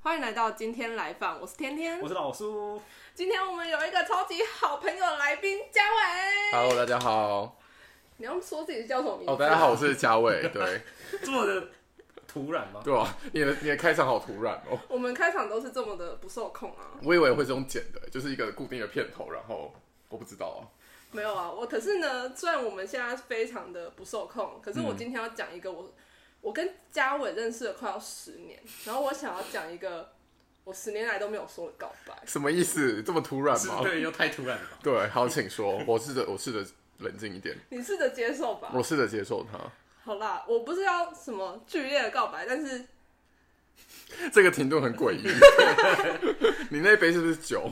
欢迎来到今天来访，我是天天， 我是老苏。 今天我们有一个超级好朋友的来宾嘉伟。 Hello， 大家好。 你要说自己叫什么名字？ 大家好，我是嘉伟。对， 这么的突然吗？ 对啊，你的开场好突然哦。 我们开场都是这么的不受控啊。 我以为会是用剪的，就是一个固定的片头，然后我不知道啊。 没有啊，可是呢，虽然我们现在非常的不受控，可是我今天要讲一个我跟嘉伟认识了快要10年，然后我想要讲一个我10年来都没有说的告白。 什么意思？这么突然吗？ 对，又太突然了吧？ 对，好，请说。我试着冷静一点。 你试着接受吧。 我试着接受它。 好啦，我不是要什么剧烈的告白，但是这个停顿很诡异。你那杯是不是酒？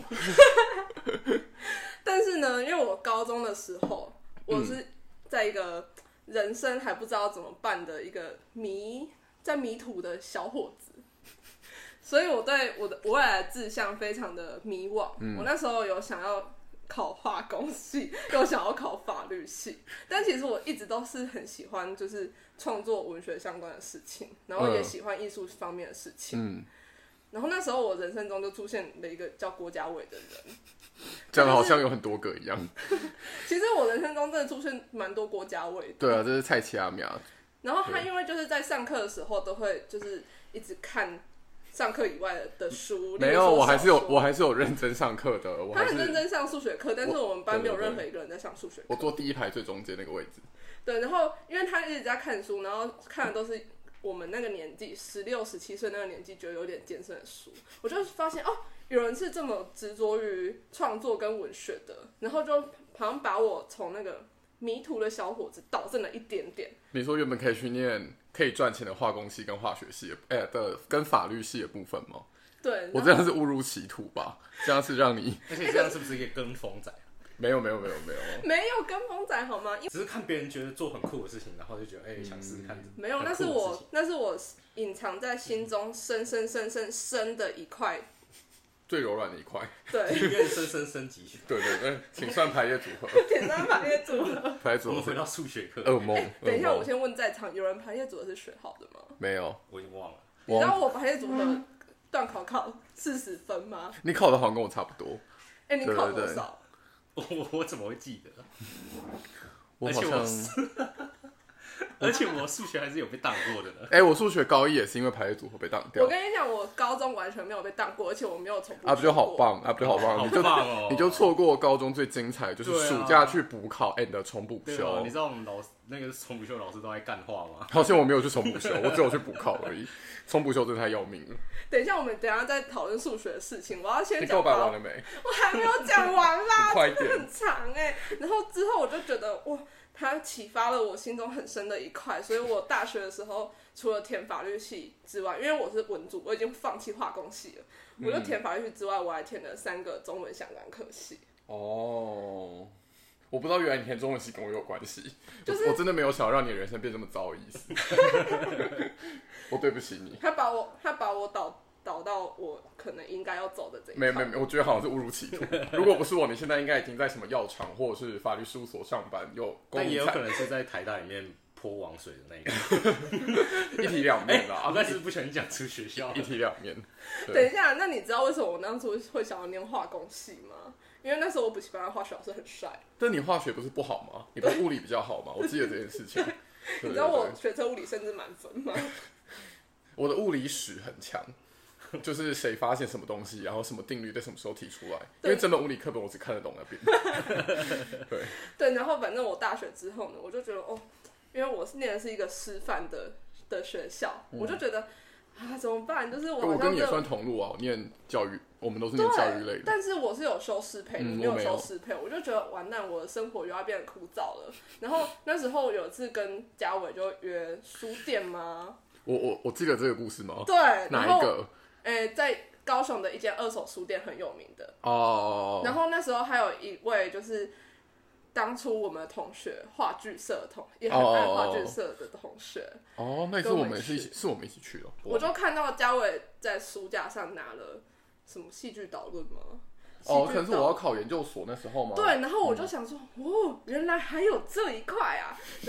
但是呢，因为我高中的时候，我是在一个人生还不知道怎么办的一个在迷途的小伙子，所以我对我未来的志向非常的迷惘。我那时候有想要考化工系，又想要考法律系，但其实我一直都是很喜欢就是创作文学相关的事情，然后也喜欢艺术方面的事情。然后那时候我人生中就出现了一个叫郭嘉伟的人， 讲的好像有很多个一样。 其实我人生中真的出现蛮多郭嘉伟的。 对啊，这是蔡奇阿苗。 然后他因为就是在上课的时候都会就是一直看上课以外的书。 没有，我还是有认真上课的。 他很认真上数学课，但是我们班没有任何一个人在上数学课。 我坐第一排最中间那个位置。 对，然后因为他一直在看书，然后看的都是我们那个年纪16、17岁那个年纪觉得有点艰深的书，我就发现有人是这么执着于创作跟文学的，然后就好像把我从那个迷途的小伙子导正了一点点。 你说原本可以去念可以赚钱的化工系跟化学系跟法律系的部分吗？ 对， 我这样是误入歧途吧？这样是让你， 而且这样是不是一个跟风仔？ 没有跟风仔好吗？ 只是看别人觉得做很酷的事情，然后就觉得想试试看。 没有，那是我隐藏在心中深的一块。 最柔软的一块， 对， 庭院深深几许。 对，请算排列组合。 简单排列组合。 排列组合。 我们回到数学课。 噩梦。 等一下，我先问在场，有人排列组合是学好的吗？ 没有， 我已经忘了。 你知道我排列组合段考40分吗？ 你考的好像跟我差不多。 你考多少？ 我怎么会记得？ 我好像。 而且我数学还是有被当过的呢。 我数学高一也是因为排列组合被当掉。 我跟你讲，我高中完全没有被当过，而且我没有重复。 不就好棒啊！不就好棒，你就错过高中最精彩，就是暑假去补考 and 重补修。 你知道我们那个重补修老师都在干话吗？ 好像我没有去重补修，我只有去补考而已。重补修真的太要命了。 等一下，我们等一下再讨论数学的事情。我要先讲。 你告白完了没？ 我还没有讲完啦， 快点， 很长然后之后我就觉得哇。它启发了我心中很深的一块，所以我大学的时候除了填法律系之外，因为我是文组，我已经放弃化工系了，我就填法律系之外，我还填了3个中文相关科系。 我不知道原来你填中文系跟我有关系， 就是我真的没有想要让你的人生变这么糟的意思。我对不起你。 他把我导到我可能应该要走的这一条。没，我觉得好像是误入歧途。如果不是我，你现在应该已经在什么药厂或者是法律事务所上班， 但也有可能是在台大里面泼王水的那个。 一体两面啦。 但是不小心讲出学校。 一体两面。 等一下，那你知道为什么我当初会想要念化工系吗？因为那时候我补习班的化学老师很帅。 但你化学不是不好吗？你不是物理比较好吗？我记得这件事情。 你知道我学测物理甚至满分吗？ 我的物理史很强。就是谁发现什么东西，然后什么定律在什么时候提出来，因为整本物理课本我只看得懂那边。 对，然后反正我大学之后呢，我就觉得因为我念的是一个师范的学校，我就觉得怎么办？就是我跟你也算同路啊，我念教育，我们都是念教育类的。 但是我是有修师培，你没有修师培，我就觉得完蛋，我的生活又要变得枯燥了。然后那时候有一次跟嘉伟就约书店吗？ 我记得这个故事吗？ 对， 哪一个？ 在高雄的一间2手书店很有名的然哦。 后那时候还有一位就是当初我们的同学，话剧社也很爱话剧社的同学。 那次我们是我们一起去的。 我就看到嘉伟在书架上拿了什么戏剧导论吗？ 可能是我要考研究所那时候吗？ 对，然后我就想说，原来还有这一块啊。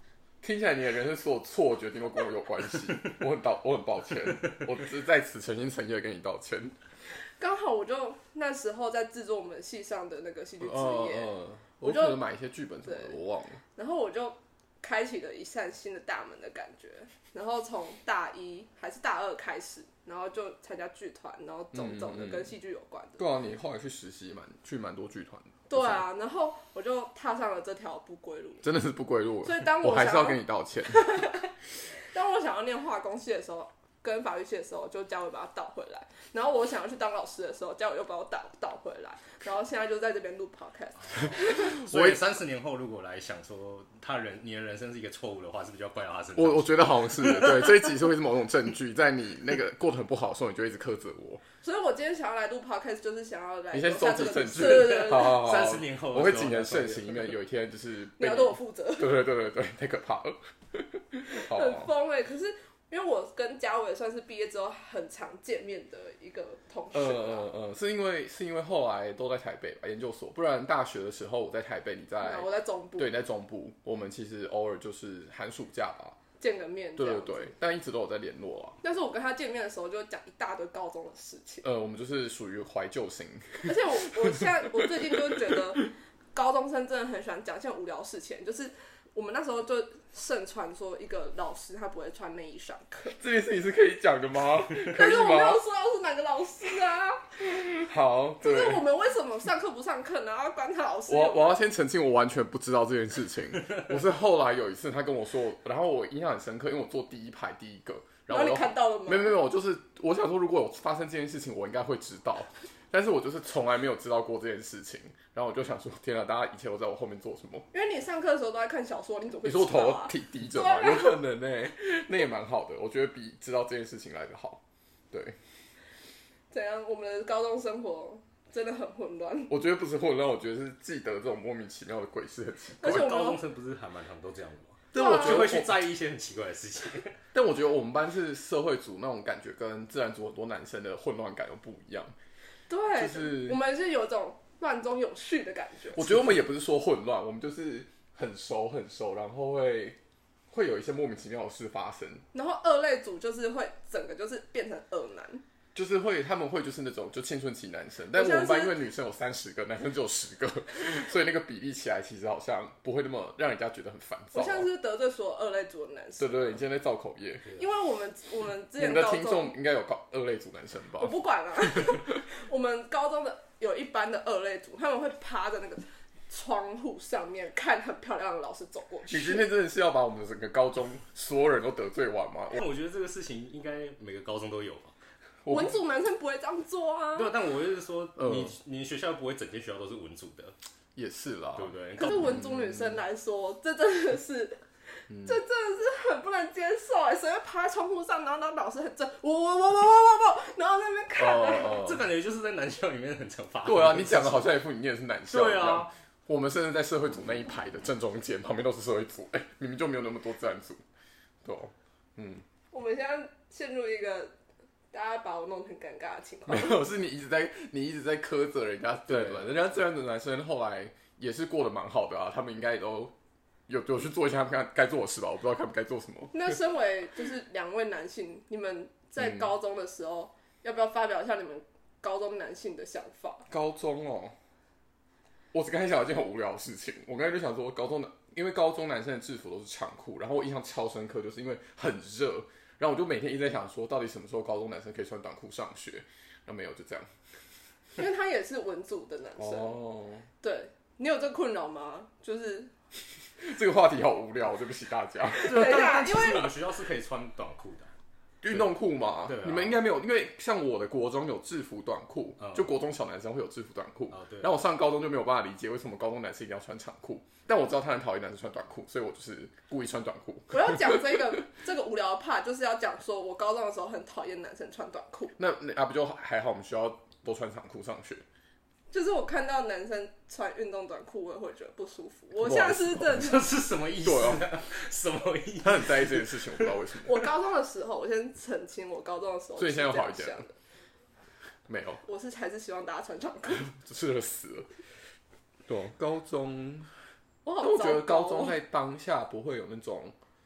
听起来你的人生所有错决定都跟我有关系，我很抱歉，我只是在此诚心诚意的跟你道歉。 刚好我就那时候在制作我们系上的那个戏剧之夜， 我可能买一些剧本什么的，我忘了。 然后我就开启了一扇新的大门的感觉。然后从大一还是大二开始，然后就参加剧团，然后种种的跟戏剧有关的。 对啊，你后来去实习去蛮多剧团的。 对啊，然后我就踏上了这条不归路， 真的是不归路。 所以当我还是要跟你道歉。 当我想要念化工系的时候，跟法律系的时候，就嘉伟把它倒回来。然后我想要去当老师的时候，嘉伟又把我倒回来。然后现在就在这边录 podcast。 所以30年后如果来想说你的人生是一个错误的话，是不是就要怪到他身上？ 我觉得好像是对，这一集是会是某种证据，在你那个过得很不好的时候，你就一直苛责我。 所以我今天想要来录 podcast，就是想要来你先收集证据。 对， 好 30年后我会谨言慎行，因为有一天就是你要对我负责。 对，太可怕了。 很疯欸，可是因为我跟嘉伟算是毕业之后很常见面的一个同学。 是因为后来都在台北吧，研究所，不然大学的时候我在台北， 我在中部。 对，你在中部，我们其实偶尔就是寒暑假吧见个面。 对，但一直都有在联络啊。 但是我跟他见面的时候就讲一大堆高中的事情。 我们就是属于怀旧型。 而且我最近就觉得高中生真的很喜欢讲一些无聊事情，就是我们那时候就盛传说一个老师他不会穿内衣上课， 这件事情是可以讲的吗？ 但是我没有说要是哪个老师啊。 好， 就是我们为什么上课不上课，然后要关他老师？ 我要先澄清，我完全不知道这件事情。我是后来有一次他跟我说，然后我印象很深刻，因为我坐第一排第一个， 然后你看到了吗？ 没有，就是我想说，如果有发生这件事情，我应该会知道。但是我就是从来没有知道过这件事情，然后我就想说，天啊，大家以前都在我后面做什么？ 因为你上课的时候都在看小说，你怎么会知道啊？ 你说我头低着吗？有可能欸，那也蛮好的，我觉得比知道这件事情来得好。对， 怎样？我们的高中生活真的很混乱。 我觉得不是混乱，我觉得是记得这种莫名其妙的鬼事很奇怪。 而且高中生不是还蛮常都这样的吗？ 对，我觉得会去在意一些很奇怪的事情。 但我觉得我们班是社会组那种感觉，跟自然组很多男生的混乱感又不一样。 对， 就是我们是有种乱中有序的感觉。 我觉得我们也不是说混乱，我们就是很熟，然后会有一些莫名其妙的事发生。 然后二类组就是会整个就是变成恶男， 就是他们会就是那种就青春期男生，但我们班因为女生有30个，男生只有10个，所以那个比例起来其实好像不会那么让人家觉得很烦躁。 我像是得罪所有二类组的男生。 对，你今天在造口业。 因为我们之前你们的听众应该有二类组男生吧？ 我不管了。我们高中的有一班的二类组，他们会趴在那个窗户上面看很漂亮的老师走过去。 你今天真的是要把我们的整个高中所有人都得罪完吗？ 我觉得这个事情应该每个高中都有吧。 文组男生不会这样做啊。 对，但我就是说，你学校不会整间学校都是文组的， 也是啦， 对不对？ 可是文组女生来说，这真的是很不能接受哎！谁会趴在窗户上，然后那老师很正，然后在那边看， 这感觉就是在男校里面很常发生。 对啊，你讲的好像一副你念的是男校一样。 对啊， 我们甚至在社会组那一排的正中间，旁边都是社会组，明明就没有那么多自然组。对， 我们现在陷入一个大家把我弄成尴尬的情况。 没有，是你一直在苛责人家自然组，人家自然组男生后来也是过得蛮好的啊，他们应该也都有去做一下他们该做的事吧？我不知道他们该做什么。 那身为就是2位男性，你们在高中的时候，要不要发表一下你们高中男性的想法？ 高中哦，我只刚才想到一件很无聊的事情，我刚才就想说因为高中男生的制服都是长裤，然后我印象超深刻，就是因为很热，然后我就每天一直在想说，到底什么时候高中男生可以穿短裤上学？然后没有，就这样。 因为他也是文组的男生。哦。对，你有这困扰吗？就是这个话题好无聊，对不起大家。 等一下，因为我们学校是可以穿短裤的。 运动裤嘛， 对啊， 你们应该没有，因为像我的国中有制服短裤，就国中小男生会有制服短裤，然后我上高中就没有办法理解为什么高中男生一定要穿长裤，但我知道他很讨厌男生穿短裤，所以我就是故意穿短裤。 我要讲这个无聊的 part， 就是要讲说我高中的时候很讨厌男生穿短裤。 那不就还好，我们学校都穿长裤上学。 就是我看到男生穿运动短裤，我也会觉得不舒服。我现在是真的， 这是什么意思？什么意思？ 他很在意这件事情，我不知道为什么。 我高中的时候，我先澄清，我高中的时候， 所以现在有好一点了。没有， 我还是希望大家穿长裤。 是热死了。对，高中， 我好， 我觉得高中在当下不会有那种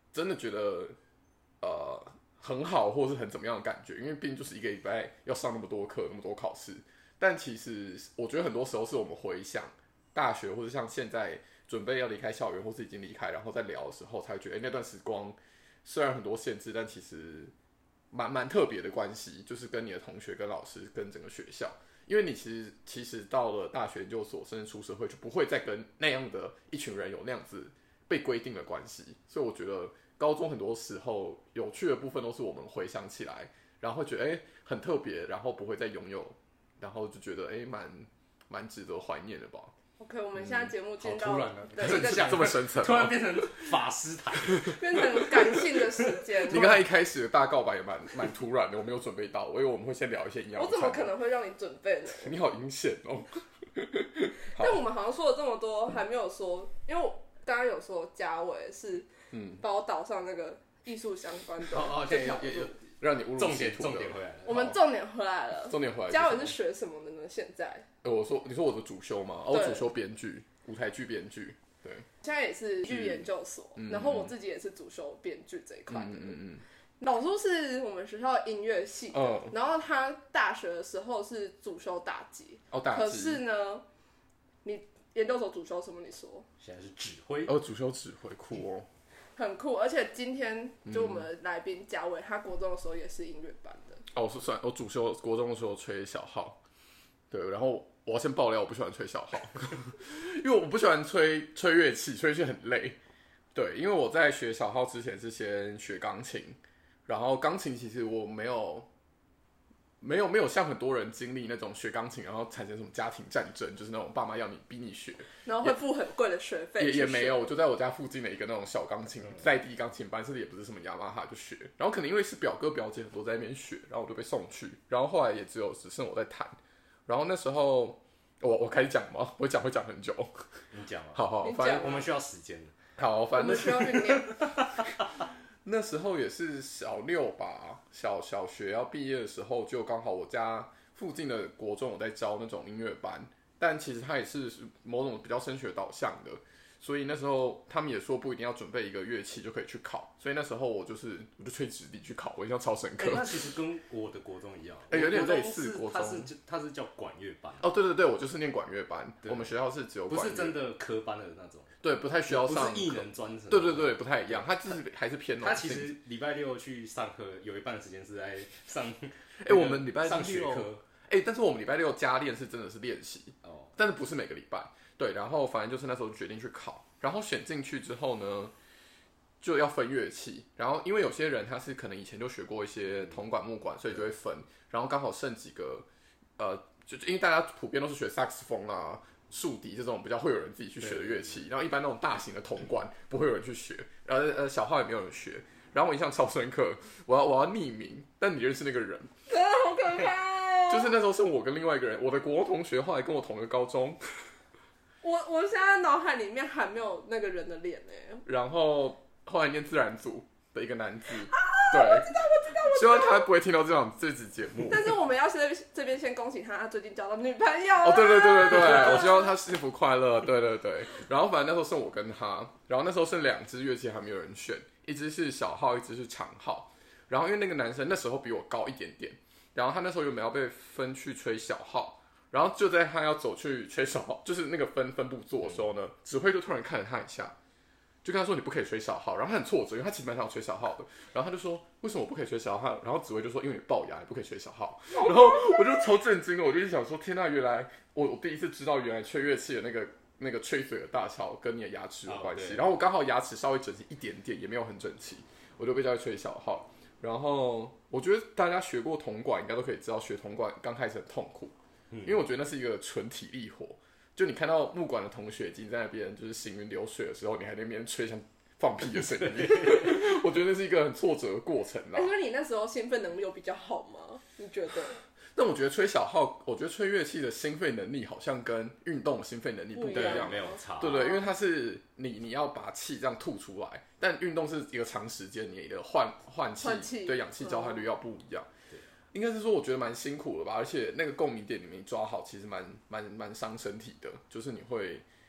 真的觉得很好，或是很怎么样的感觉，因为毕竟就是一个礼拜要上那么多课，那么多考试。但其实我觉得很多时候是我们回想大学，或者像现在准备要离开校园，或是已经离开，然后再聊的时候，才会觉得，那段时光虽然很多限制，但其实蛮特别的关系，就是跟你的同学、跟老师、跟整个学校。因为你其实到了大学研究所，甚至出社会，就不会再跟那样的一群人有那样子被规定的关系。所以我觉得高中很多时候有趣的部分都是我们回想起来，然后会觉得很特别，然后不会再拥有，然后就觉得蛮值得怀念的吧。 OK， 我们现在节目进到好突然这么深层， 突然变成法师台， 变成感性的时间。 你刚才一开始的大告白也蛮突然的，我没有准备到，我以为我们会先聊一些营养。 我怎么可能会让你准备呢？ 你好阴险哦！ 但我们好像说了这么多，还没有说，因为我刚刚有说嘉伟是把我导上那个艺术相关的这条路， 让你误入重歧途点回来了。 我们重点回来了。 重点回来。 嘉伟是学什么的呢？现在？ 你说我的主修吗？我主修编剧，舞台剧编剧。对， 现在也是剧研究所，然后我自己也是主修编剧这一块的。老叔是我们学校音乐系的，然后他大学的时候是主修打击。可是呢，你研究所主修什么？你说？ 现在是指挥。 主修指挥，酷哦。 很酷，而且今天就我们的来宾嘉伟，他国中的时候也是音乐班的。 我主修国中的时候吹小号，对，然后我要先爆料，我不喜欢吹小号，因为我不喜欢吹乐器，吹乐器很累。对，因为我在学小号之前是先学钢琴，然后钢琴其实我没有像很多人经历那种学钢琴，然后产生什么家庭战争，就是那种爸妈要逼你学， 然后会付很贵的学费。 也没有，我就在我家附近的一个那种小钢琴在地钢琴班，甚至也不是什么雅马哈就学。然后可能因为是表哥表姐很多在那边学，然后我就被送去。然后后来也只剩我在弹。然后那时候我开始讲吗？我讲会讲很久。 你讲啊。 好，反正我们需要时间的。 好，反正我们需要训练。 那时候也是小6吧，小学要毕业的时候，就刚好我家附近的国中有在招那种音乐班，但其实它也是某种比较升学导向的，所以那时候他们也说不一定要准备一个乐器就可以去考，所以那时候我就吹直笛去考，我印象超深刻。 那其实跟我的国中一样， 有点类似。国中它是叫管乐班。 对，我就是念管乐班，我们学校是只有管乐， 不是真的科班的那种。 对，不太需要上， 不是艺能专什么。 对，不太一样，它就是还是偏。 它其实礼拜六去上课，有一半的时间是在上。 我们礼拜六上学科。 但是我们礼拜六加练是真的是练习但是不是每个礼拜。对，然后反正就是那时候决定去考，然后选进去之后呢，就要分乐器，然后因为有些人他是可能以前就学过一些铜管木管，所以就会分，然后刚好剩几个就因为大家普遍都是学萨克斯风啊、竖笛这种比较会有人自己去学的乐器，然后一般那种大型的铜管不会有人去学，然后小号也没有人学，然后我印象超深刻，我要匿名，但你认识那个人， 真的好可怕哦！ 就是那时候是我跟另外一个人，我的国中同学，后来跟我同个高中。 我现在脑海里面还没有那个人的脸呢。 然后后来念自然组的一个男子，对，我知道，希望他不会听到这集节目。 但是我们要这边先恭喜他最近交到女朋友对，我希望他幸福快乐，对。然后反正那时候剩我跟他，然后那时候剩2支乐器还没有人选，一支是小号，一支是长号。然后因为那个男生那时候比我高一点点，然后他那时候原本要被分去吹小号。然后就在他要走去吹小号，就是那个分部座的时候呢，指挥就突然看了他一下，就跟他说你不可以吹小号。然后他很挫折，因为他其实蛮想吹小号的。然后他就说为什么我不可以吹小号？然后指挥就说因为你龅牙，你不可以吹小号。然后我就超震惊的，我就想说天哪，原来我第一次知道原来吹乐器的那个吹嘴的大小跟你的牙齿有关系。然后我刚好牙齿稍微整齐一点点，也没有很整齐，我就被叫去吹小号。然后我觉得大家学过铜管应该都可以知道，学铜管刚开始很痛苦。因为我觉得那是一个纯体力活，就你看到木管的同学已经在那边就是行云流水的时候，你还在那边吹像放屁的声音，我觉得那是一个很挫折的过程啦。 因为你那时候兴奋能力有比较好吗？你觉得？ 但我觉得吹小号，我觉得吹乐器的心肺能力好像跟运动心肺能力不一样， 没有差。 对，因为它是你要把气这样吐出来，但运动是一个长时间，你的换气对氧气交换率要不一样。应该是说，我觉得蛮辛苦的吧，而且那个共鸣点你没抓好，其实蛮伤身体的。就是你会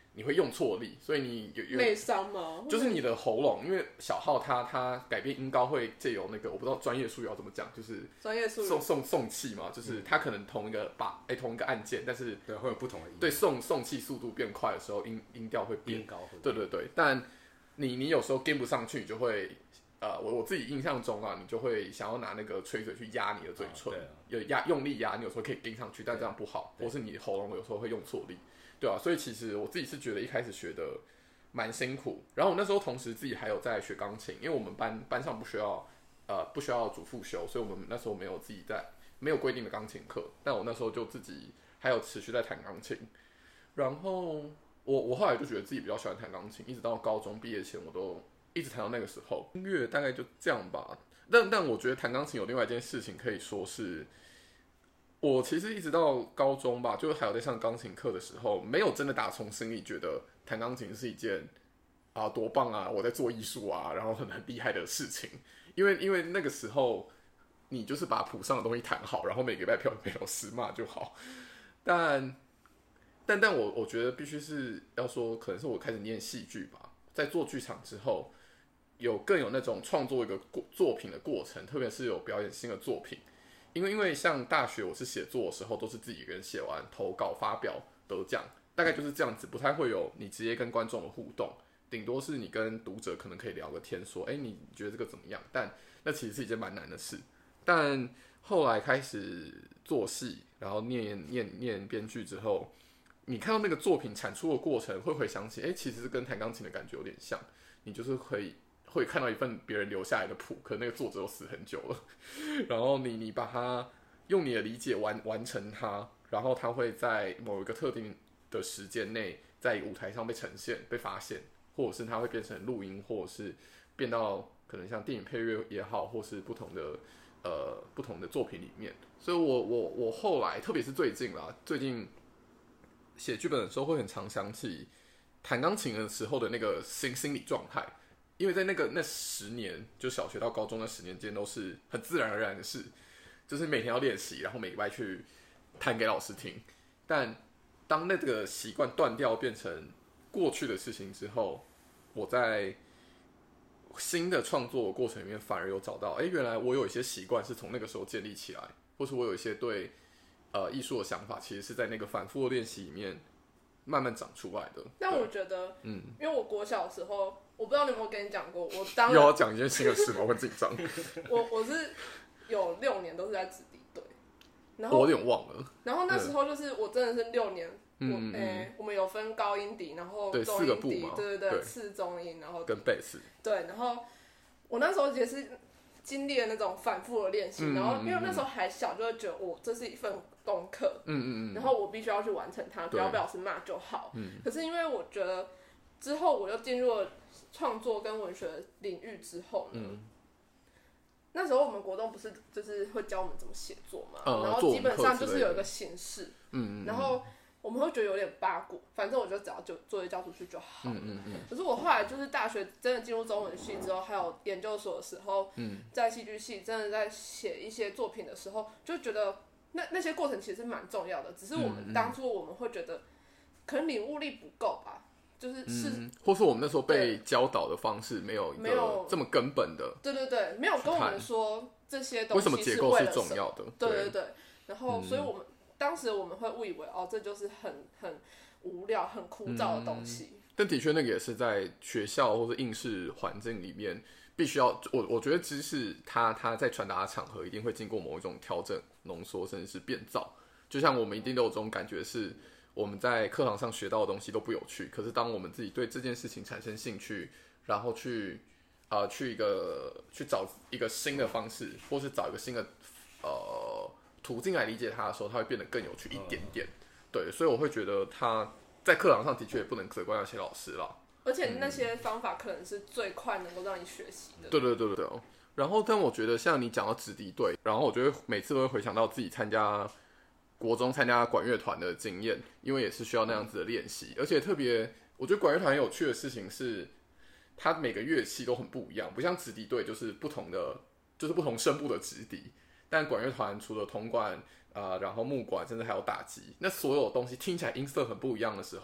你会用错力，所以你有内伤吗？ 就是你的喉咙，因为小号它改变音高会借由那个我不知道专业术语要怎么讲，就是专业术语送气嘛，就是它可能同一个按键，但是对会有不同的音， 对送气速度变快的时候，音调会变高， 对对对，但你有时候跟不上去，你就会我自己印象中啊，你就会想要拿那个吹嘴去压你的嘴唇，用力压，你有时候可以跟上去，但这样不好，或是你喉咙有时候会用错力。对啊，所以其实我自己是觉得一开始学的蛮辛苦，然后我那时候同时自己还有在学钢琴，因为我们班上不需要主副修，所以我们那时候没有规定的钢琴课，但我那时候就自己还有持续在弹钢琴，然后我后来就觉得自己比较喜欢弹钢琴，一直到高中毕业前我都一直弹到那个时候。音乐大概就这样吧，但我觉得弹钢琴有另外一件事情可以说是。我其实一直到高中吧，就是还有在上钢琴课的时候，没有真的打从心里觉得弹钢琴是一件多棒啊，我在做艺术啊，然后很厉害的事情。因为那个时候你就是把谱上的东西弹好，然后每个礼拜票被老师骂就好。但我觉得必须是要说，可能是我开始念戏剧吧，在做剧场之后，更有那种创作一个作品的过程，特别是有表演新的作品。因为像大学我是写作的时候，都是自己一个人写完投稿发表得奖，大概就是这样子，不太会有你直接跟观众的互动，顶多是你跟读者可能可以聊个天，说，你觉得这个怎么样？但那其实是一件蛮难的事。但后来开始做戏，然后念编剧之后，你看到那个作品产出的过程，会回想起，其实是跟弹钢琴的感觉有点像，你就是会看到一份别人留下来的谱，可能那个作者都死很久了，然后你把它用你的理解完成它，然后它会在某一个特定的时间内在舞台上被呈现、被发现，或者是它会变成录音，或者是变到可能像电影配乐也好，或是不同的作品里面。所以我后来，特别是最近写剧本的时候，会很常想起弹钢琴的时候的那个心理状态。因为在那10年，就小学到高中的10年间，都是很自然而然的事，就是每天要练习，然后每礼拜去弹给老师听。但当那个习惯断掉，变成过去的事情之后，我在新的创作的过程里面，反而有找到，原来我有一些习惯是从那个时候建立起来，或是我有一些对艺术的想法，其实是在那个反复的练习里面慢慢长出来的。 但我觉得，因为我国小的时候，我不知道你有没有跟你讲过，我当又要讲一件新的事吗？我很紧张。 我是有6年都是在子弟队，然后我有点忘了。 然后那时候就是我真的是6年，我们有分高音笛，然后中音笛，对，次中音，然后跟贝斯， 对，然后我那时候也是经历了那种反复的练习，然后因为那时候还小，就会觉得这是一份功课，然后我必须要去完成它，不要被老师骂就好。可是因为我觉得之后我又进入了创作跟文学领域之后呢，那时候我们国中不是就是会教我们怎么写作嘛，然后基本上就是有一个形式，然后我们会觉得有点八股，反正我就只要作业交出去就好了。可是我后来就是大学真的进入中文系之后，还有研究所的时候，在戏剧系真的在写一些作品的时候，就觉得那些过程其实蛮重要的，只是我们当初我们会觉得可能领悟力不够吧。 或是我们那时候被教导的方式没有一个这么根本的， 对，没有跟我们说这些东西为什么结构是重要的， 对，然后所以我们当时我们会误以为这就是很无聊、很枯燥的东西。 但的确，那个也是在学校或者应试环境里面必须要，我觉得知识它在传达的场合一定会经过某一种调整、浓缩，甚至是变造。就像我们一定都有这种感觉是。我们在课堂上学到的东西都不有趣，可是当我们自己对这件事情产生兴趣，然后去找一个新的方式，或是找一个新的途径来理解它的时候，它会变得更有趣一点点。对，所以我会觉得他在课堂上的确也不能责怪那些老师啦。 而且那些方法可能是最快能够让你学习的。 对。然后，但我觉得像你讲到子弟队，然后我觉得每次都会回想到自己国中参加管乐团的经验，因为也是需要那样子的练习，而且特别，我觉得管乐团很有趣的事情是，它每个乐器都很不一样，不像直笛队就是不同声部的直笛，但管乐团除了铜管然后木管，甚至还有打击，那所有东西听起来音色很不一样的时候，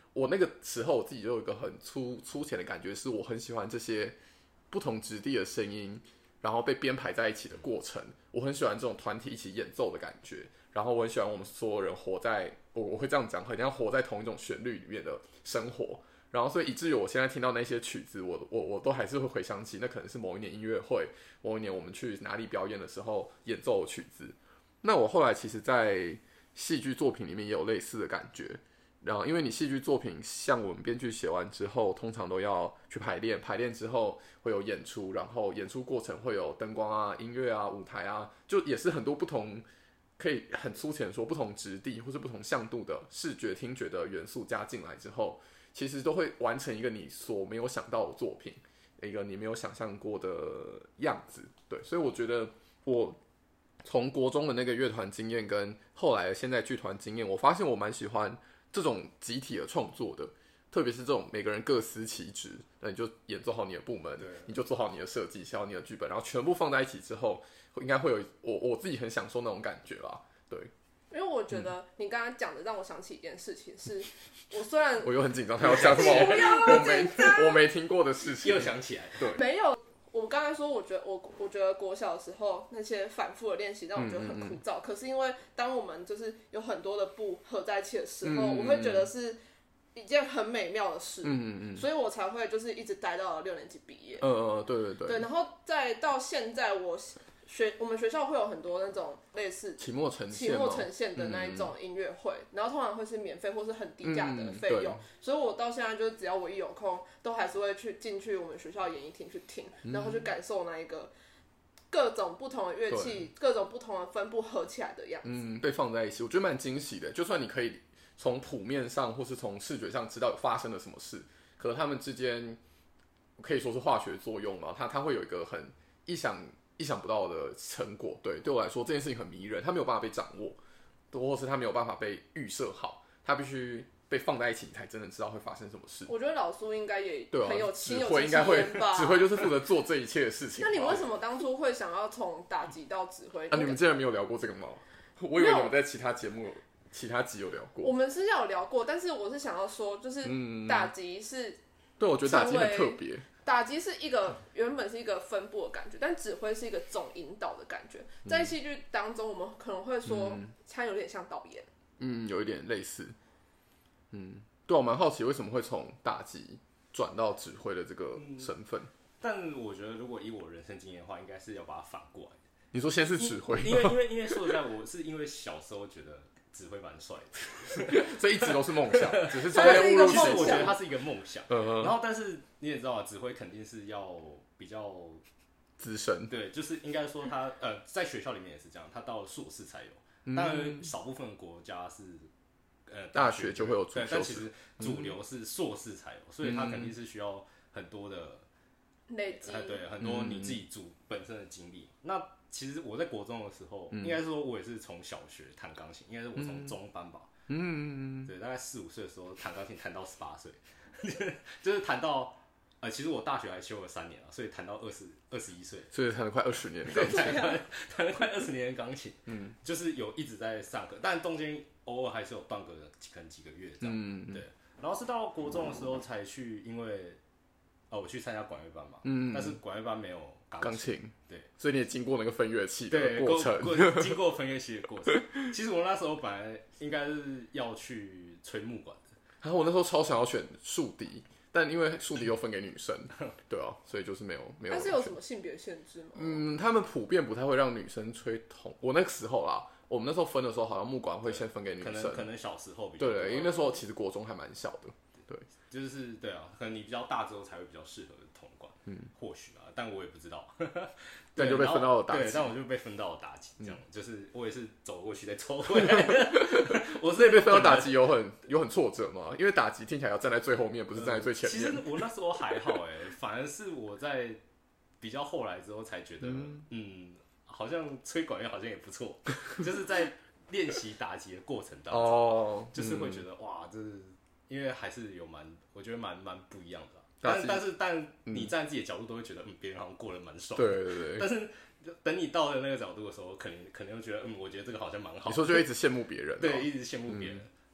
我那个时候我自己就有一个很粗浅的感觉，是我很喜欢这些不同质地的声音，然后被编排在一起的过程。我很喜欢这种团体一起演奏的感觉，然后我很喜欢我们所有人活在我会这样讲，很像活在同一种旋律里面的生活。然后所以以至于我现在听到那些曲子，我都还是会回想起那可能是某一年音乐会，某一年我们去哪里表演的时候演奏的曲子。那我后来其实在戏剧作品里面也有类似的感觉。然后因为你戏剧作品像我们编剧写完之后，通常都要去排练，排练之后会有演出，然后演出过程会有灯光啊、音乐啊、舞台啊，就也是很多不同，可以很粗浅说不同质地或是不同向度的视觉、听觉的元素加进来之后，其实都会完成一个你所没有想到的作品，一个你没有想象过的样子。对，所以我觉得我从国中的那个乐团经验跟后来的现在剧团经验，我发现我蛮喜欢这种集体的创作的，特别是这种每个人各司其职，那你就演奏好你的部门，你就做好你的设计，写好你的剧本，然后全部放在一起之后，应该会有我自己很享受那种感觉啦。对， 因为我觉得你刚刚讲的让我想起一件事情是，我虽然我又很紧张，他要讲什么我没听过的事情， 又想起来， 对， 没有。我刚才说，我觉得国小的时候那些反复的练习让我觉得很枯燥。可是因为当我们就是有很多的步合在一起的时候，我会觉得是一件很美妙的事。所以我才会就是一直待到6年级毕业。 对。 对，然后再到现在我们学校会有很多那种类似期末呈现的那一种音乐会，然后通常会是免费或是很低价的费用，所以我到现在就是只要我一有空，都还是会进去我们学校演艺厅去听，然后去感受那一个各种不同的乐器、各种不同的分布合起来的样子。 被放在一起，我觉得蛮惊喜的。就算你可以从谱面上或是从视觉上知道发生了什么事，可能他们之间可以说是化学作用嘛，它会有一个很意想不到的成果。对我来说这件事情很迷人，它没有办法被掌握，或是它没有办法被预设好，它必须被放在一起，你才真的知道会发生什么事。 我觉得老苏应该也很有指挥，应该会指挥就是负责做这一切的事情。 那你为什么当初会想要从打击到指挥？ 你们竟然没有聊过这个吗？我以为你们在其他节目、其他集有聊过。 我们是有聊过，但是我是想要说，就是打击是， 对，我觉得打击很特别。 打击是一个原本是一个分布的感觉，但指挥是一个总引导的感觉。在戏剧当中，我们可能会说它有点像导演， 有一点类似。对，我蛮好奇为什么会从打击转到指挥的这个身份。 但我觉得如果以我人生经验的话，应该是要把它反过来。 你说先是指挥， 因为说实在，我是因为小时候觉得指挥蛮帅的， 这一直都是梦想，只是中间误入歧途。 我觉得它是一个梦想，然后但是你也知道，指挥肯定是要比较资深， 对，就是应该说他在学校里面也是这样，他到了硕士才有，当然少部分国家是大学就会有主修， 但其实主流是硕士才有，所以他肯定是需要很多的累积， 对，很多你自己本身的经历。那其实我在国中的时候，应该说我也是从小学弹钢琴，应该是我从中班吧，对，大概4、5岁的时候弹钢琴弹到18岁，就是弹到其实我大学还修了3年了，所以弹到21岁， 所以弹了快20年的钢琴， 弹了快20年的钢琴，就是有一直在上课，但中间偶尔还是有断隔可能几个月这样，对，然后是到国中的时候才去，因为我去参加管乐班嘛，但是管乐班没有钢琴，对， 所以你也经过那个分乐器的过程， 经过分乐器的过程。其实我那时候本来应该是要去吹木管的， 然后我那时候超想要选竖笛，但因为竖笛又分给女生，对啊，所以就是没有。 但是有什么性别限制吗？ 他们普遍不太会让女生吹筒。我那个时候啦，我们那时候分的时候，好像木管会先分给女生， 可能小时候比较对，因为那时候其实国中还蛮小的，对， 就是对啊，可能你比较大之后才会比较适合铜管，或许啊，但我也不知道。 但就被分到了打击， 对，但我就被分到了打击，这样就是我也是走过去再走回来的。 我是被分到打击有很挫折吗？因为打击听起来要站在最后面，不是站在最前面。 其实我那时候还好反而是我在比较后来之后才觉得，好像吹管乐好像也不错，就是在练习打击的过程当中，就是会觉得哇，这是因为还是有我觉得蛮不一样的。但你站在自己的角度都会觉得，别人好像过得蛮爽的。 对。 但是等你到了那个角度的时候，可能又觉得，我觉得这个好像蛮好的。 你说就一直羡慕别人， 对，一直羡慕别人。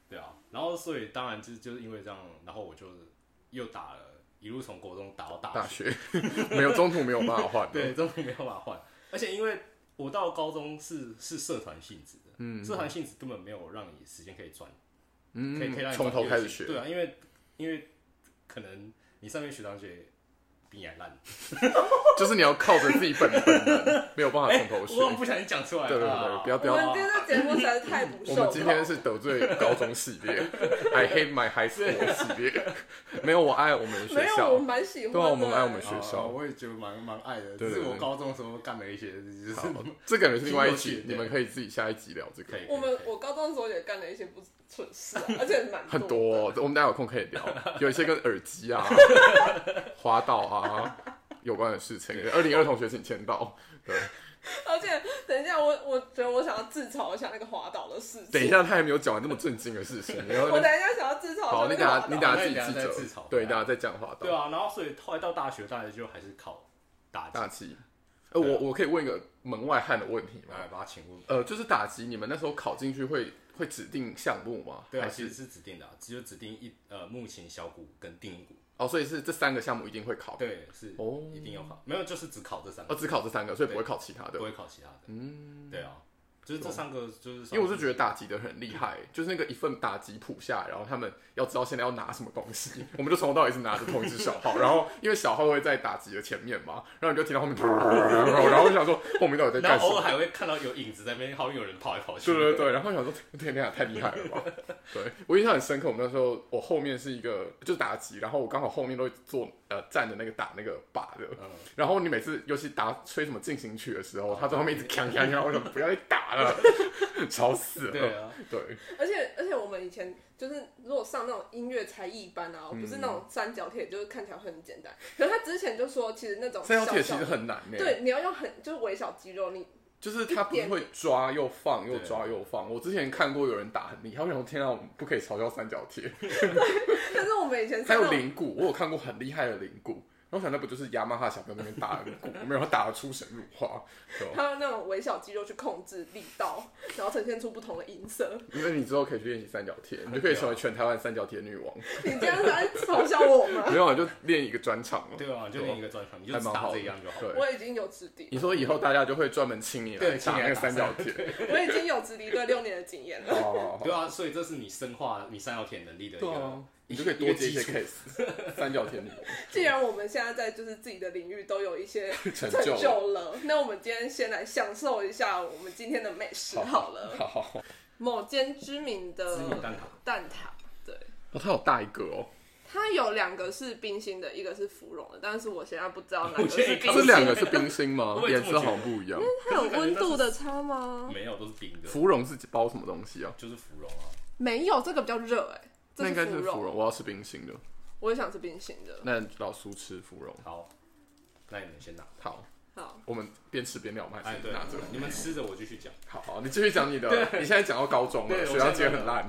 对啊，然后所以当然就是因为这样，然后我就又打了，一路从国中打到大学， 没有中途没有办法换， 对，中途没有办法换，而且因为我到高中是社团性质的，社团性质根本没有让你时间可以钻，可以让你从头开始学， 对啊，因为可能你上面学长姐比你还烂， 就是你要靠着自己本能，没有办法从头学。 我不小心讲出来了， 对，不要。 我们今天的节目实在是太不受控。 我们今天是得罪高中系列，I hate my high school 系列。没有，我爱我们学校。 没有，我蛮喜欢的。 对啊，我们爱我们学校。 我也觉得蛮爱的。只是我高中的时候干了一些，就是这感觉是另外一集，你们可以自己下一集聊这个。 我高中的时候也干了一些不蠢事啊，而且蛮很多。我们大家有空可以聊，有一些跟耳机啊、滑倒啊有关的事情。202同学请签到。对。 而且等一下，我觉得我想要自嘲一下那个滑倒的事情。 等一下，他还没有讲完这么震惊的事情。 我等一下想要自嘲。 好，你等下自己记着。 自嘲。 对，等下再讲滑倒。 对啊，然后所以后来到大学，大概就还是考大击。 我可以问一个门外汉的问题吗？ 来，把它请问。 就是打击，你们那时候考进去会指定项目吗？ 对啊，其实是指定的，只有指定木琴、小鼓跟定音鼓。 哦，所以是这3个项目一定会考。 对，是一定要考，没有就是只考这3个。 只考这3个，所以不会考其他的。 不会考其他的。对啊，就是这3个就是。 因为我是觉得打击的很厉害，就是那个一份打击谱下来，然后他们要知道现在要拿什么东西，我们就从头到尾是拿着同一只小号，然后因为小号会在打击的前面嘛，然后你就听到后面，然后我想说后面到底在干什么？ 然后偶尔还会看到有影子在那边，好像有人跑来跑去。 对，然后想说天哪，太厉害了吧！对，我印象很深刻，我们那时候我后面是一个就是打击，然后我刚好后面都会做站的那个打那个把的，然后你每次尤其吹什么进行曲的时候，他在后面一直锵，我想不要再打了，吵死了。 对啊， 对。 而且我们以前就是如果上那种音乐才艺班啊，不是那种三角铁，就是看起来会很简单。可是他之前就说，其实那种三角铁其实很难呢。 对，你要用就是微小肌肉，你。 就是他不会抓又放，又抓又放。我之前看过有人打很厉害，我想天啊，我们不可以嘲笑三角铁。 但是我们以前还有铃鼓，我有看过很厉害的铃鼓。然后想那不就是雅马哈小朋友那边打的鼓，没有他打得出神入化。 他用那种微小肌肉去控制力道，然后呈现出不同的音色。 因为你之后可以去练习三角铁，你就可以成为全台湾三角铁女王。 你这样是在嘲笑我吗？ 没有啊，就练一个专场。 对啊，就练一个专场，你就打这样就好。 我已经有直笛。 你说以后大家就会专门请你来打那个三角铁。 我已经有直笛队6年的经验了。 对啊，所以这是你深化你三角铁能力的一个。 你就可以多接一些 case， 三角铁女王。 既然我们现在在就是自己的领域都有一些成就了，那我们今天先来享受一下我们今天的美食好了。 好。 某间知名的蛋挞，对。 哦，它有大一个哦。 它有2个是冰心的，一个是芙蓉的，但是我现在不知道哪个是冰心。 这2个是冰心吗？颜色好像不一样。 它有温度的差吗？ 没有，都是冰的。 芙蓉是包什么东西啊？ 就是芙蓉啊。 没有，这个比较热哎。 那应该是芙蓉，我要吃冰心的。 我也想吃冰心的。 那老苏吃芙蓉。 好，那你们先拿。 好，我们边吃边聊，我们还是拿着。 你们吃着，我继续讲。 好，你继续讲你的。你现在讲到高中了，学长姐很烂。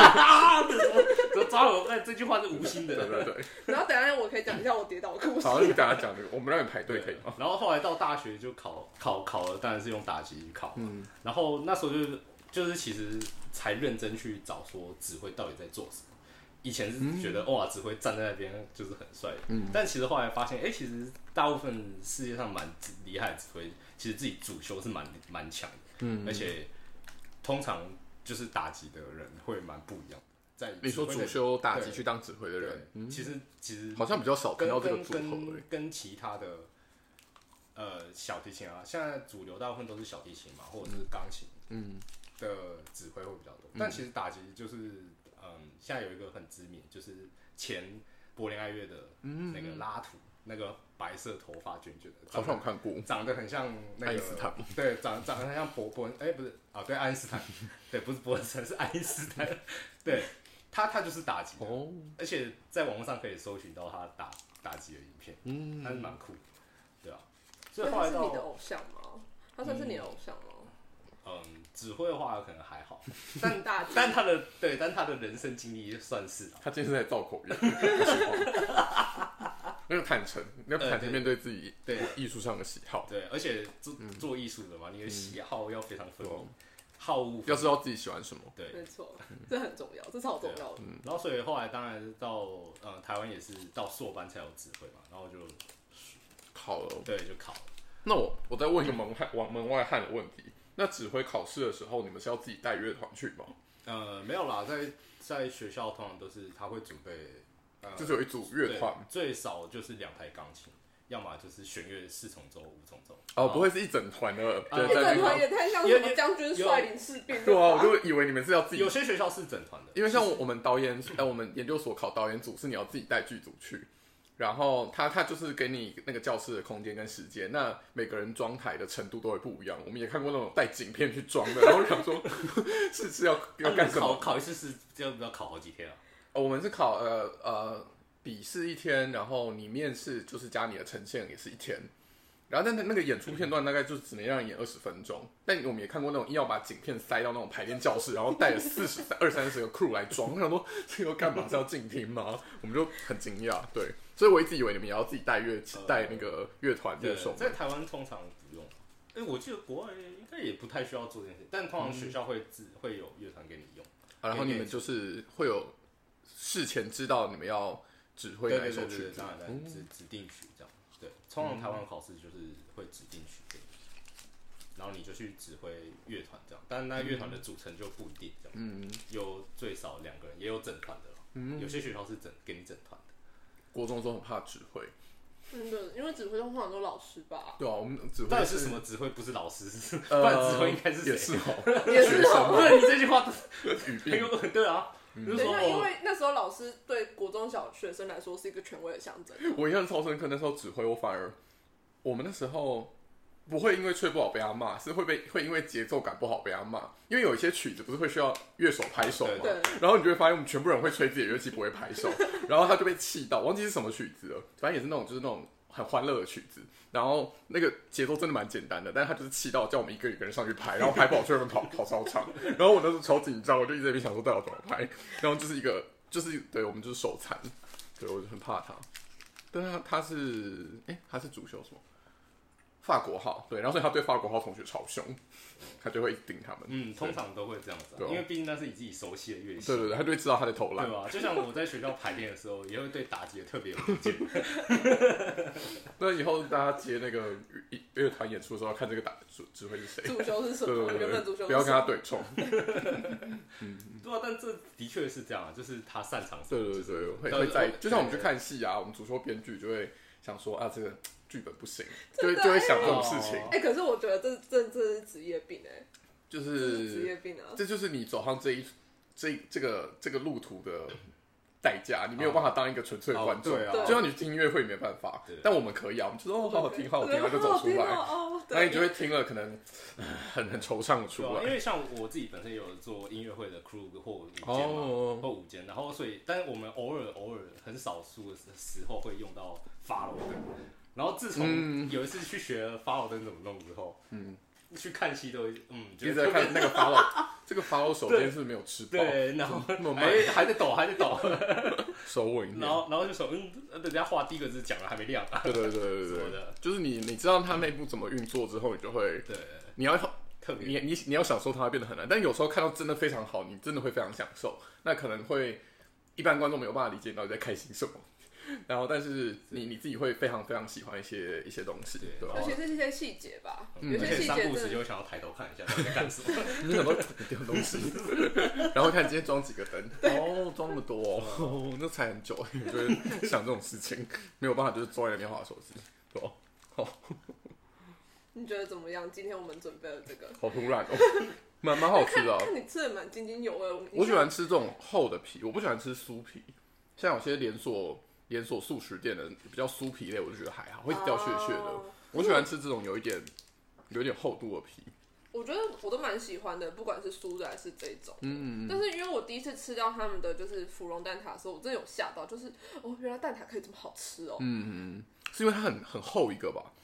抓我！这句话是无心的。 对。 然后等一下我可以讲一下我跌倒的故事。 好，你等一下讲这个，我们让你排队可以吗？ 然后后来到大学就考了，当然是用打击考。然后那时候就是其实才认真去找说指挥到底在做什么。以前是觉得哇，指挥站在那边就是很帅，但其实后来发现，其实大部分世界上蛮厉害的指挥，其实自己主修是蛮强的，而且通常就是打击的人会蛮不一样的。在你说主修打击去当指挥的人， 其实好像比较少看到这个组合， 跟其他的小提琴啊，现在主流大部分都是小提琴嘛，或者是钢琴，的指挥会比较多，但其实打击就是。现在有一个很知名，就是前柏林爱乐的那个拉图，那个白色头发卷卷的， 好像有看过， 长得很像那个爱因斯坦， 对，长得很像伯恩，不是啊，对，爱因斯坦，对，不是伯恩斯坦，是爱因斯坦，对，他就是打击的，而且在网络上可以搜寻到他打击的影片，他是蛮酷的，对啊，所以后来他是你的偶像吗？他算是你的偶像吗？ 指挥的话可能还好，但他的人生经历算是、啊。他今天是在造口业，那个坦诚，你要坦诚面对自己对艺术上的喜好。对，而且做艺术的嘛，你的喜好要非常分明。 好恶， 要知道自己喜欢什么。 对， 没错，这很重要，这超重要的。 然后所以后来当然是到台湾也是到硕班才有指挥嘛，然后就考了。 对，就考了。 那我再问一个门外汉的问题，那指挥考试的时候，你们是要自己带乐团去吗？ 没有啦，在学校通常都是他会准备， 就是有一组乐团， 最少就是2台钢琴，要么就是弦乐4重奏、5重奏。 哦，不会是一整团的， 一整团也太像什么将军率领士兵。 对啊，我就以为你们是要自己。 有些学校是整团的， 因为像我们导演，我们研究所考导演组是你要自己带剧组去。然后他就是给你那个教室的空间跟时间，那每个人装台的程度都会不一样。我们也看过那种带景片去装的，然后想说是要干什么？ 考一次是要考好几天啊？ 我们是考笔试1天，然后你面试就是加你的呈现也是1天。然后但那个演出片段大概就只能让你演20分钟，但我们也看过那种要把景片塞到那种排练教室，然后带了20-30个 crew 来装。我想说这个干嘛？是要静听吗？我们就很惊讶，对，所以我一直以为你们也要自己带带那个乐团乐手。 在台湾通常不用，我记得国外应该也不太需要做这件事，但通常学校会有乐团给你用， 然后你们就是会有事前知道你们要指挥哪一首曲子， 当然指定曲这样。对，通常台湾考试就是会指定曲给你，然后你就去指挥乐团这样，但是那乐团的组成就不一定这样，有最少2个人，也有整团的，有些学校是给你整团的。 国中的时候很怕指挥， 对，因为指挥通常都老师吧？ 对啊，我们指挥到底是什么指挥？不是老师，不然指挥应该是谁？ 也是也是哦。 对，你这句话语病很有对啊。 等一下，因为那时候老师对国中小学生来说是一个权威的象征。 我印象超深刻，那时候指挥我们那时候不会因为吹不好被他骂，是会因为节奏感不好被他骂。因为有一些曲子不是会需要乐手拍手嘛，然后你就会发现我们全部人会吹自己的乐器，不会拍手，然后他就被气到，忘记是什么曲子了，反正也是那种很欢乐的曲子。然后那个节奏真的蛮简单的，但是他就是气到叫我们一个人上去拍，然后拍不好去外面跑操场。然后我那时候超紧张，我就一直在那边想说到底要怎么拍。然后对我们就是手残，对我就很怕他。但是他是主修什么？法国号，对，然后所以他对法国号同学超凶，他就会一直盯他们。 通常都会这样子，因为毕竟那是你自己熟悉的乐器。 对，他就会知道他在偷懒， 对吧？就像我在学校排练的时候，也会对打击特别有意见。 那以后大家接那个乐团演出的时候，要看这个指挥是谁， 主修是什么？原本主修不要跟他对冲。 对啊，但这的确是这样啊，就是他擅长。 对，会在，就像我们去看戏啊，我们主修编剧就会想说啊，这个剧本不行，就会想这种事情。 可是我觉得这是职业病就是职业病啊， 这就是你走上这个路途的代价，你没有办法当一个纯粹的观众，就像你听音乐会没办法，但我们可以啊，我们就说好好听，好好听，然后就走出来，那你就会听了可能很惆怅出来。 因为像我自己本身有做音乐会的 crew 或舞间，然后所以，但是我们偶尔很少数的时候会用到 follow 灯，然后自从有一次去学了 follow 灯怎么弄之后，去看戏都会一直在看那个 follow， 这个 follow 手边是没有吃饱， 对，然后还在抖， 手稳， 然后就说人家画第一个字讲了还没亮， 对，就是你知道它内部怎么运作之后，你就会你要特别你要享受它变得很难，但有时候看到真的非常好，你真的会非常享受，那可能会一般观众没有办法理解你到底在开心什么。然后，但是你自己会非常非常喜欢一些东西，对吧？ 而且是一些细节吧，有些细节三不时就会想要抬头看一下他在干什么， 你想说丢东西，然后看今天装几个灯，装那么多那才很久，你就会想这种事情，没有办法就是坐在那边滑手机，对吧？ 你觉得怎么样？今天我们准备了这个， 好突然哦，蛮好吃的。 看你吃的蛮津津有味。 我喜欢吃这种厚的皮，我不喜欢吃酥皮，像有些连锁素食店的比较酥皮类，我就觉得还好，会掉屑屑的。我喜欢吃这种有一点厚度的皮。 我觉得我都蛮喜欢的，不管是酥的还是这种。但是因为我第一次吃到他们的就是芙蓉蛋挞的时候，我真的有吓到，就是原来蛋挞可以这么好吃哦。 是因为它很厚一个吧？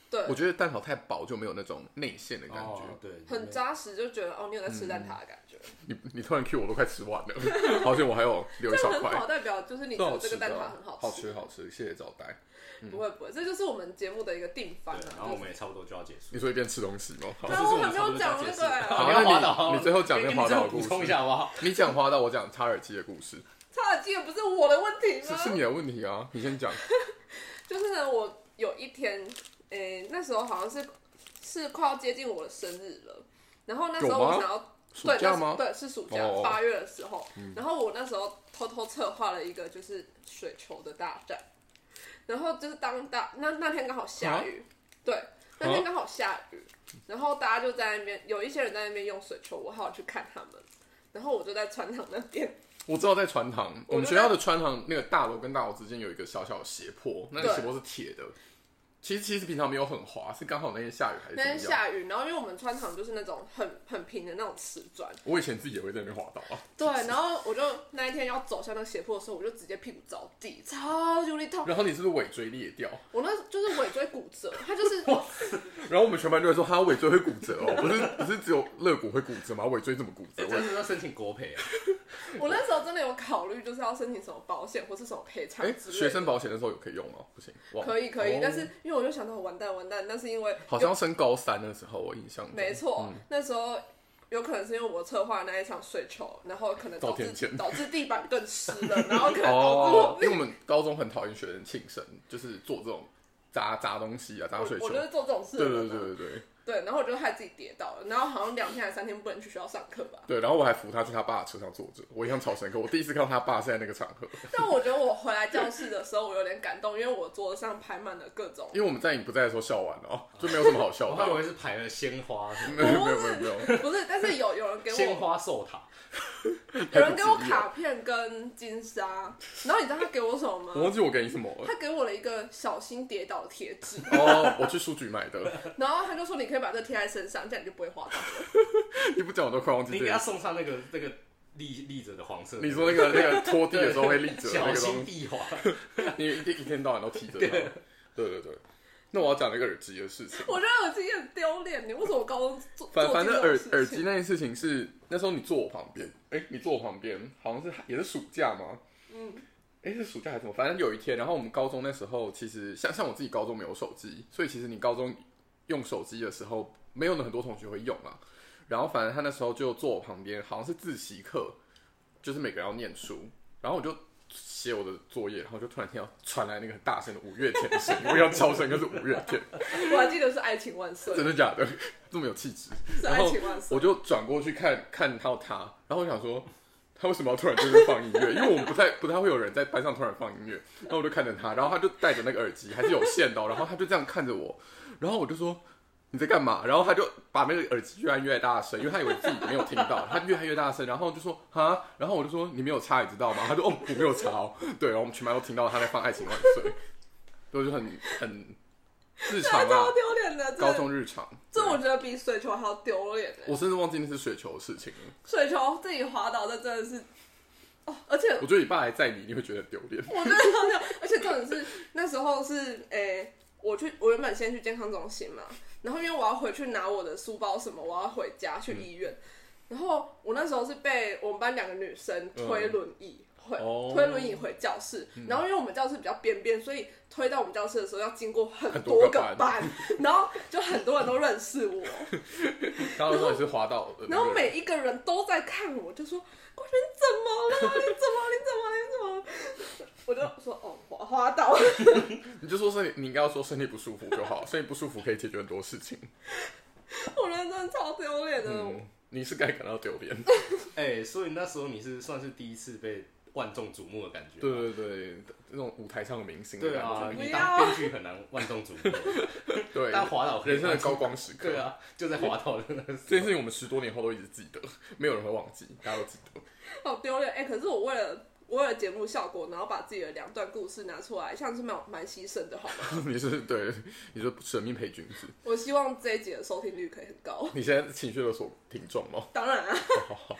对， 我觉得蛋挞太薄就没有那种内馅的感觉， 对， 很扎实，就觉得你有在吃蛋挞的感觉。 你突然 Q 我都快吃完了，好险我还有留一小块。 这很好，代表就是你觉得这个蛋挞很好吃，好吃，谢谢招待。 不会，这就是我们节目的一个定番了。 然后我们也差不多就要结束。 你说一边吃东西吗？ 好，我还没有讲那个。 好，那你最後講那滑道的故事。 補充一下好不好？ 你講滑道，我講插耳機的故事。 插耳機也不是我的問題嗎？ 是你的問題啊，你先講。 就是呢，我有一天，那時候好像是快要接近我的生日了，然後那時候我想要。 暑假嗎？ 對，是暑假8月的時候，然後我那時候偷偷策劃了一個就是水球的大戰，然後就是那天剛好下雨，對，那天剛好下雨，然後大家就在那邊，有一些人在那邊用水球，我還有去看他們，然後我就在船塘那邊。我知道在船塘，我們學校的船塘那個大樓跟大樓之間有一個小小的斜坡，那個斜坡是鐵的。其實平常沒有很滑，是剛好那天下雨還是怎麼樣？ 那天下雨，然後因為我們穿堂就是那種很平的那種瓷磚。 我以前自己也會在那邊滑倒啊。 對，然後我就那一天要走下那個斜坡的時候，我就直接屁股着地，超級痛。 然後你是不是尾椎裂掉？ 我那就是尾椎骨折，他就是。 然後我們全班就會說他尾椎會骨折哦，不是只有肋骨會骨折嗎？尾椎怎麼骨折？ 真是要申請國賠啊！ 我那時候真的有考慮，就是要申請什麼保險或是什麼賠償之類的。 學生保險的時候有可以用嗎？不行。 可以，但是因為我就想到完蛋，但是因為好像升高3的時候，我印象中。 沒錯，那時候有可能是因為我策劃那一場水球，然後可能導致地板更濕了，然後可能導致我。 因為我們高中很討厭學生慶生，就是做這種砸東西啊，砸水球。 我就是做這種事。 對。 對，然後我就害自己跌倒了，然後好像2天還是3天不能去學校上課吧。 對，然後我還扶他去他爸的車上坐着，我印象超深刻。我第一次看到他爸是在那個場合。 但我覺得我回來教室的時候，我有點感動，因為我桌子上排滿了各種。 因為我們在你不在的時候笑完了哦，就沒有什麼好笑的。 我還以為是排了鮮花。 沒有。 不是，但是有人給我鮮花壽塔。 有人給我卡片跟金沙，然後你知道他給我什麼嗎？ 我忘記我給你什麼了。 他給我了一個小心跌倒的貼紙。 哦，我去書局買的。 然後他就說你可以把這貼在身上，這樣你就不會滑倒了。 你不講我都快忘記。 你給他送上那個立着的黃色。 你說那個拖地的時候會立着那個東西。 小心地滑。 你一天到晚都提着它。對。那我要講那個耳機的事情。 我覺得耳機也很丟臉，你為什麼高中做反正耳機那件事情是那時候你坐我旁邊，你坐我旁邊，好像是也是暑假嗎？是暑假還是什麼？反正有一天，然後我們高中那時候其實像我自己高中沒有手機，所以其實你高中用手機的時候，沒有很多同學會用啊。然後反正他那時候就坐我旁邊，好像是自習課，就是每個人要念書，然後我就寫我的作業，然後就突然聽到傳來那個很大聲的五月天的聲音，我要超聲，就是五月天。 我還記得是愛情萬歲。 真的假的？這麼有氣質。 是愛情萬歲。 我就轉過去看到他，然後我想說他為什麼要突然在這邊放音樂？因為我們不太會有人在班上突然放音樂，然後我就看着他，然後他就戴着那個耳機，還是有線的，然後他就這樣看着我，然後我就說你在幹嘛？然後他就把那個耳機越按越大聲，因為他以為自己沒有聽到，他越按越大聲，然後就說哈，然後我就說你沒有插，你知道嗎？他就我沒有插哦，對，然後我們全班都聽到他在放《愛情萬歲》，所以就很日常啊， 超丟臉的， 高中日常， 這我覺得比水球還要丟臉。 我甚至忘記那是水球的事情了。 水球自己滑倒，這真的是而且我覺得你爸還載你會覺得丟臉。 我覺得超丟臉，而且重點是那時候是我原本先去健康中心嘛，然後因為我要回去拿我的書包什麼，我要回家去醫院，然後我那時候是被我們班2個女生推輪椅。推輪椅回教室，然後因為我們教室比較邊邊，所以推到我們教室的時候要經過很多個班，然後就很多人都認識我。 然後說你是滑倒的， 然後每一個人都在看我，就說：“國璇怎麼了？你怎麼？”我就說：“哦，滑倒了。” 你就說你應該要說身體不舒服就好，身體不舒服可以解決很多事情。 我覺得真的超丟臉的。 你是該感到丟臉。 所以那時候你是算是第一次被萬眾矚目的感覺。 對，這種舞台上的明星的感覺。 對啊，你當編劇很難萬眾矚目。 對， 但滑倒人生的高光時刻。 對啊，就在滑倒的那個時候。 這件事情我們10多年後都一直記得，沒有人會忘記，大家都記得。 好丟臉可是我為了節目效果，然後把自己的2段故事拿出來，像是蠻犧牲的，好嗎？ 你是捨命陪君子。 我希望這一集的收聽率可以很高。 你現在情緒勒索聽眾嗎？ 當然啊。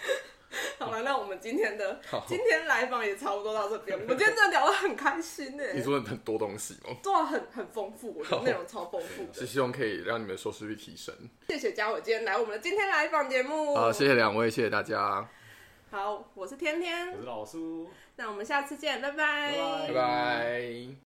好了，那我们今天来访也差不多到这边。我们今天真的聊得很开心欸。 你说很多东西吗？ 对啊，很丰富，我觉得内容超丰富的。 是希望可以让你们收视率提升。 谢谢嘉伟今天来我们的今天来访节目。 好，谢谢两位，谢谢大家。 好，我是天天， 我是老苏， 那我们下次见，拜拜， 拜拜。